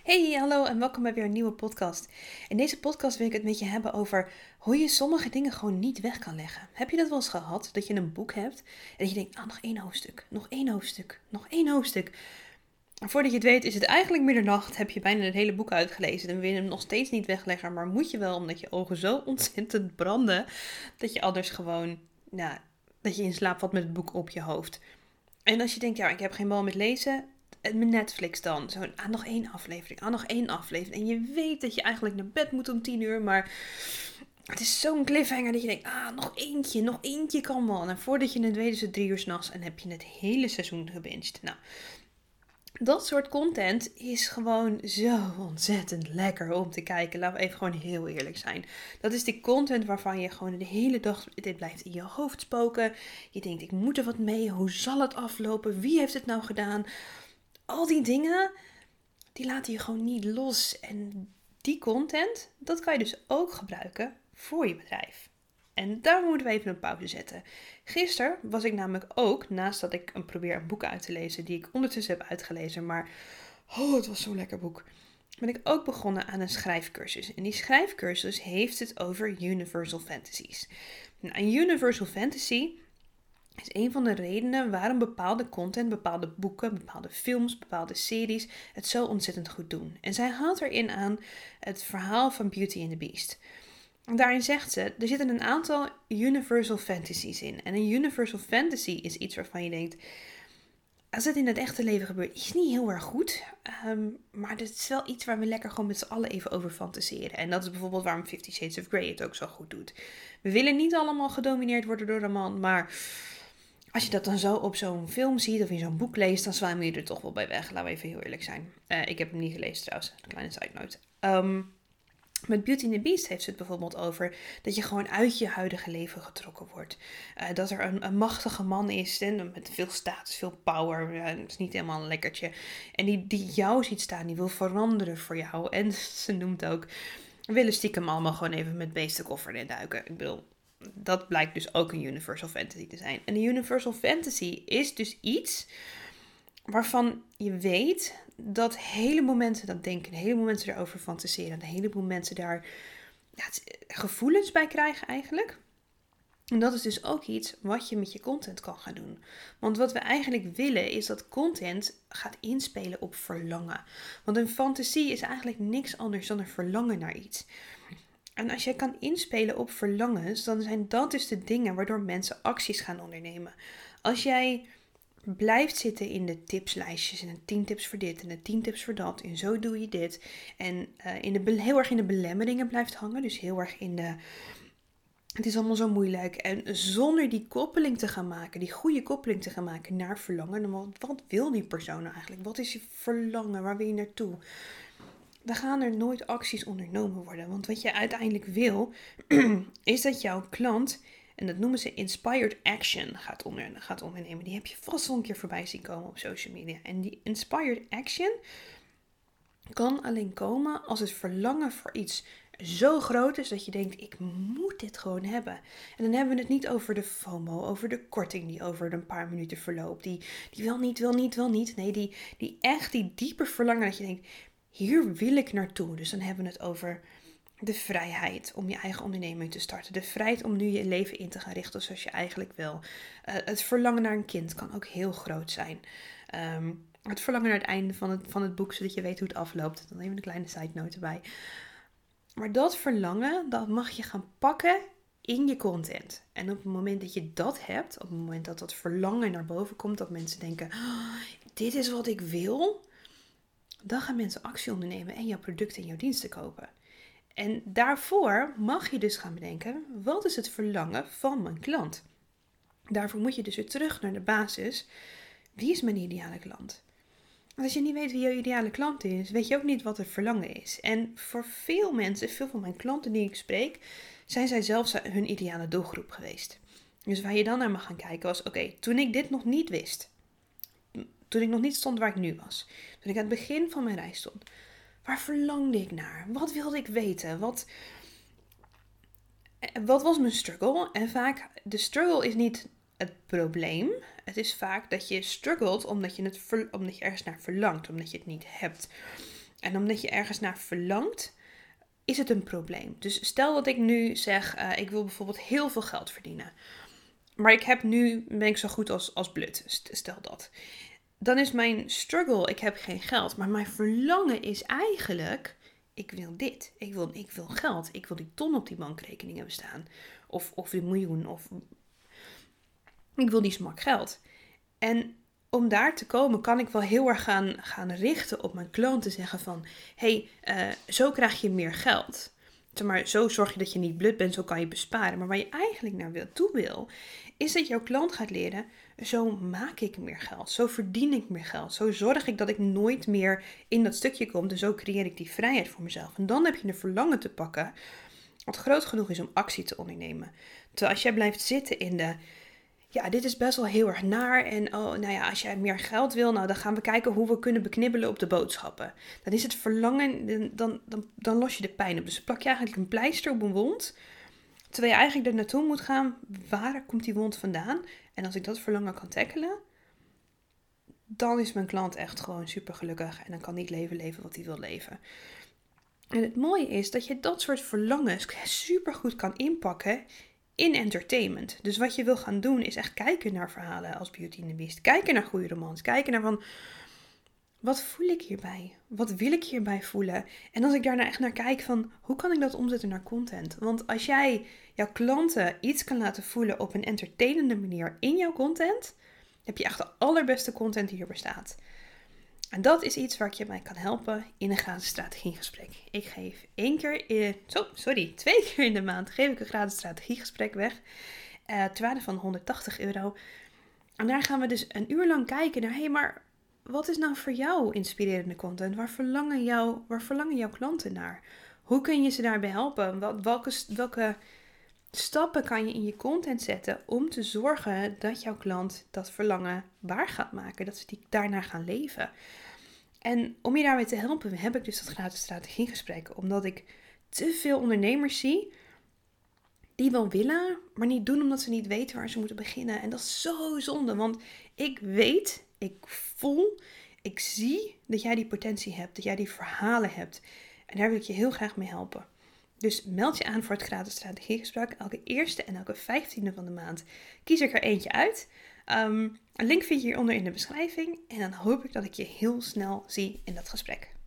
Hey, hallo en welkom bij weer een nieuwe podcast. In deze podcast wil ik het met je hebben over hoe je sommige dingen gewoon niet weg kan leggen. Heb je dat wel eens gehad, dat je een boek hebt en dat je denkt, nog één hoofdstuk, nog één hoofdstuk, nog één hoofdstuk. En voordat je het weet is het eigenlijk middernacht, heb je bijna het hele boek uitgelezen en wil je hem nog steeds niet wegleggen, maar moet je wel omdat je ogen zo ontzettend branden, dat je anders gewoon, dat je in slaap valt met het boek op je hoofd. En als je denkt, ik heb geen bal met lezen, met Netflix dan. Zo, nog één aflevering, nog één aflevering. En je weet dat je eigenlijk naar bed moet om 10 uur, maar het is zo'n cliffhanger dat je denkt, nog eentje kan wel. En voordat je het weet is het 3 uur 's nachts en heb je het hele seizoen gebinged. Nou, dat soort content is gewoon zo ontzettend lekker om te kijken. Laten we even gewoon heel eerlijk zijn. Dat is die content waarvan je gewoon de hele dag, dit blijft in je hoofd spoken. Je denkt, ik moet er wat mee. Hoe zal het aflopen? Wie heeft het nou gedaan? Al die dingen, die laten je gewoon niet los. En die content, dat kan je dus ook gebruiken voor je bedrijf. En daar moeten we even een pauze zetten. Gisteren was ik namelijk ook, naast dat ik probeer een boek uit te lezen, die ik ondertussen heb uitgelezen, maar het was zo'n lekker boek, ben ik ook begonnen aan een schrijfcursus. En die schrijfcursus heeft het over Universal Fantasies. Nou, een Universal Fantasy is een van de redenen waarom bepaalde content, bepaalde boeken, bepaalde films, bepaalde series het zo ontzettend goed doen. En zij haalt erin aan het verhaal van Beauty and the Beast. En daarin zegt ze, er zitten een aantal universal fantasies in. En een universal fantasy is iets waarvan je denkt, als het in het echte leven gebeurt, is niet heel erg goed. Maar het is wel iets waar we lekker gewoon met z'n allen even over fantaseren. En dat is bijvoorbeeld waarom 50 Shades of Grey het ook zo goed doet. We willen niet allemaal gedomineerd worden door de man, maar als je dat dan zo op zo'n film ziet of in zo'n boek leest, dan zwaai je er toch wel bij weg. Laten we even heel eerlijk zijn. Ik heb hem niet gelezen trouwens, een kleine side note. Met Beauty and the Beast heeft ze het bijvoorbeeld over dat je gewoon uit je huidige leven getrokken wordt. Dat er een machtige man is met veel status, veel power. Het is niet helemaal een lekkertje. En die jou ziet staan, die wil veranderen voor jou. En ze noemt ook, we willen stiekem allemaal gewoon even met beestenkoffer in duiken. Ik bedoel, dat blijkt dus ook een Universal Fantasy te zijn. En een Universal Fantasy is dus iets waarvan je weet dat een heleboel mensen dat denken, een heleboel mensen daarover fantaseren, een heleboel mensen daar gevoelens bij krijgen eigenlijk. En dat is dus ook iets wat je met je content kan gaan doen. Want wat we eigenlijk willen is dat content gaat inspelen op verlangen. Want een fantasie is eigenlijk niks anders dan een verlangen naar iets. En als jij kan inspelen op verlangens, dan zijn dat dus de dingen waardoor mensen acties gaan ondernemen. Als jij blijft zitten in de tipslijstjes en de 10 tips voor dit en de 10 tips voor dat en zo doe je dit. En heel erg in de belemmeringen blijft hangen, dus heel erg in de het is allemaal zo moeilijk. En zonder die koppeling te gaan maken, die goede koppeling te gaan maken naar verlangen. Dan wat wil die persoon nou eigenlijk? Wat is je verlangen? Waar wil je naartoe? Dan gaan er nooit acties ondernomen worden. Want wat je uiteindelijk wil, is dat jouw klant, en dat noemen ze inspired action, gaat ondernemen. Die heb je vast wel een keer voorbij zien komen op social media. En die inspired action kan alleen komen als het verlangen voor iets zo groot is dat je denkt, ik moet dit gewoon hebben. En dan hebben we het niet over de FOMO, over de korting die over een paar minuten verloopt. Die wil niet. Nee, die diepe verlangen dat je denkt, hier wil ik naartoe. Dus dan hebben we het over de vrijheid om je eigen onderneming te starten. De vrijheid om nu je leven in te gaan richten zoals je eigenlijk wil. Het verlangen naar een kind kan ook heel groot zijn. Het verlangen naar het einde van het boek, zodat je weet hoe het afloopt. Dan even een kleine side note erbij. Maar dat verlangen, dat mag je gaan pakken in je content. En op het moment dat je dat hebt, op het moment dat dat verlangen naar boven komt, dat mensen denken, dit is wat ik wil, dan gaan mensen actie ondernemen en jouw producten en jouw diensten kopen. En daarvoor mag je dus gaan bedenken, wat is het verlangen van mijn klant? Daarvoor moet je dus weer terug naar de basis. Wie is mijn ideale klant? Want als je niet weet wie jouw ideale klant is, weet je ook niet wat het verlangen is. En voor veel mensen, veel van mijn klanten die ik spreek, zijn zij zelfs hun ideale doelgroep geweest. Dus waar je dan naar mag gaan kijken was, oké, toen ik dit nog niet wist, toen ik nog niet stond waar ik nu was, toen ik aan het begin van mijn reis stond, waar verlangde ik naar? Wat wilde ik weten? Wat was mijn struggle? En vaak, de struggle is niet het probleem. Het is vaak dat je struggelt omdat je ergens naar verlangt, omdat je het niet hebt. En omdat je ergens naar verlangt, is het een probleem. Dus stel dat ik nu zeg, ik wil bijvoorbeeld heel veel geld verdienen. Maar ben ik zo goed als blut, stel dat. Dan is mijn struggle, ik heb geen geld. Maar mijn verlangen is eigenlijk, ik wil dit. Ik wil geld. Ik wil die ton op die bankrekening hebben staan. Of die miljoen. Of ik wil die smak geld. En om daar te komen kan ik wel heel erg gaan richten op mijn klanten. Zeggen van, zo krijg je meer geld. Zeg maar, zo zorg je dat je niet blut bent, zo kan je besparen. Maar waar je eigenlijk naar toe wil, is dat jouw klant gaat leren, zo maak ik meer geld. Zo verdien ik meer geld. Zo zorg ik dat ik nooit meer in dat stukje kom. Dus zo creëer ik die vrijheid voor mezelf. En dan heb je een verlangen te pakken wat groot genoeg is om actie te ondernemen. Terwijl als jij blijft zitten in de, ja, dit is best wel heel erg naar. En als jij meer geld wil, dan gaan we kijken hoe we kunnen beknibbelen op de boodschappen. Dan is het verlangen, dan los je de pijn op. Dus dan plak je eigenlijk een pleister op een wond. Terwijl je eigenlijk er naartoe moet gaan, waar komt die wond vandaan? En als ik dat verlangen kan tackelen, dan is mijn klant echt gewoon super gelukkig. En dan kan hij het leven wat hij wil leven. En het mooie is dat je dat soort verlangens super goed kan inpakken in entertainment. Dus wat je wil gaan doen is echt kijken naar verhalen als Beauty and the Beast. Kijken naar goede romans. Kijken naar van, wat voel ik hierbij? Wat wil ik hierbij voelen? En als ik daarna echt naar kijk van, hoe kan ik dat omzetten naar content? Want als jij jouw klanten iets kan laten voelen op een entertainende manier in jouw content, heb je echt de allerbeste content die er bestaat. En dat is iets waar ik je bij kan helpen in een gratis strategiegesprek. Ik geef 2 keer in de maand geef ik een gratis strategiegesprek weg. Ter waarde van €180. En daar gaan we dus een uur lang kijken naar, maar wat is nou voor jou inspirerende content? Waar verlangen jouw klanten naar? Hoe kun je ze daarbij helpen? Welke stappen kan je in je content zetten om te zorgen dat jouw klant dat verlangen waar gaat maken? Dat ze daarna gaan leven. En om je daarbij te helpen heb ik dus dat gratis strategiegesprek. Omdat ik te veel ondernemers zie die wel willen, maar niet doen omdat ze niet weten waar ze moeten beginnen. En dat is zo zonde, want ik weet, ik voel, ik zie dat jij die potentie hebt, dat jij die verhalen hebt. En daar wil ik je heel graag mee helpen. Dus meld je aan voor het gratis strategiegesprek. Elke eerste en elke 15e van de maand kies ik er eentje uit. Een link vind je hieronder in de beschrijving. En dan hoop ik dat ik je heel snel zie in dat gesprek.